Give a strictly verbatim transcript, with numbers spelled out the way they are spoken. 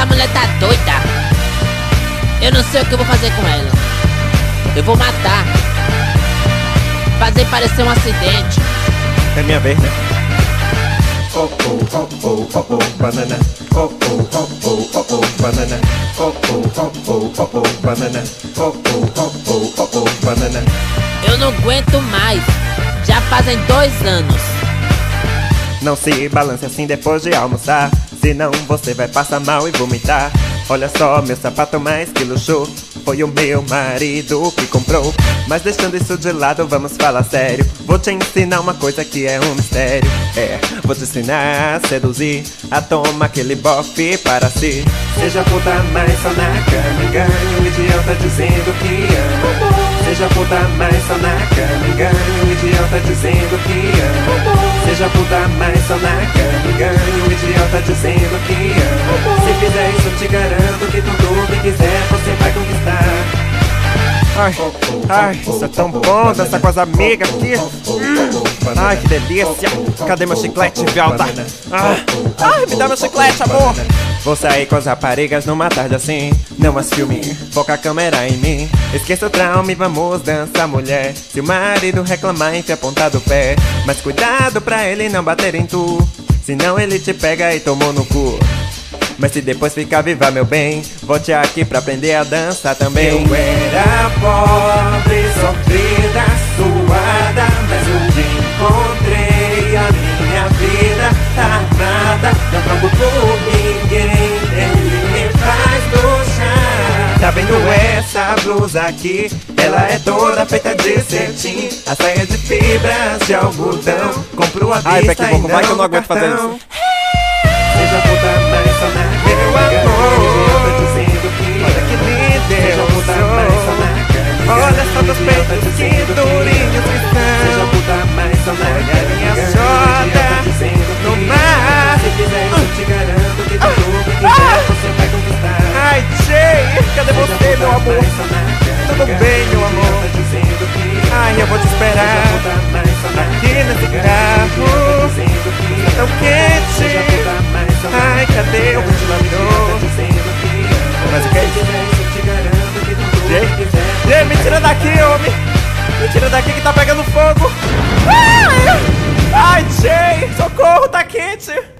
essa mulher tá doida. Eu não sei o que eu vou fazer com ela. Eu vou matar. Fazer parecer um acidente. É minha vez, né? Oh oh oh oh oh oh banana. Oh oh oh oh oh oh banana. Oh oh oh oh oh oh banana. Oh oh oh oh oh oh banana. Eu não aguento mais. Já fazem dois anos. Não se balance assim depois de almoçar, senão você vai passar mal e vomitar. Olha só, meu sapato mais que luxo foi o meu marido que comprou. Mas deixando isso de lado, vamos falar sério. Vou te ensinar uma coisa que é um mistério. É, vou te ensinar a seduzir, a tomar aquele bofe para si. Seja puta, mas só na cama engane o idiota dizendo que ama. Seja puta, mas só na cama engane o idiota dizendo que ama. Seja puta, mas só na cama engane o idiota dizendo que ama. Se fizer isso, eu te garanto que tudo que quiser você vai conquistar. Ai, ai, isso é tão bom, dançar com as amigas aqui. Hum, ai, que delícia. Cadê meu chiclete, Velda? Ah, ai, me dá meu chiclete, amor. Vou sair com as raparigas numa tarde assim, não mais filme, foca a câmera em mim. Esqueça o trauma e vamos dançar, mulher. Se o marido reclamar, enfia a ponta do pé. Mas cuidado pra ele não bater em tu, senão ele te pega e tomou no cu. Mas se depois ficar viva, meu bem, volte aqui pra aprender a dançar também. Eu era pobre, sofrida, suada, mas um dia encontrei a minha vida armada. Não troco por ninguém, ele me faz puxar. Tá vendo essa blusa aqui? Ela é toda feita de cetim. A saia de fibras de algodão. Compro a vista. Ai, Beck, vou, vai que eu não aguento fazer isso. Seja puta, mas só na meu amor, dizendo que olha que lindo. Seja puta, mas só na cama. Olha só dos peitos que durinhos que estão. Seja puta, mas só na olha a minha chota no mar. Se fizer isso, eu te garanto que tudo que quiser você vai conquistar. Ai, Jay, cadê você, meu amor? Tudo bem, meu amor? Ai, eu vou te esperar aqui nesse carro tão quente. Ai, cadê o ventilador?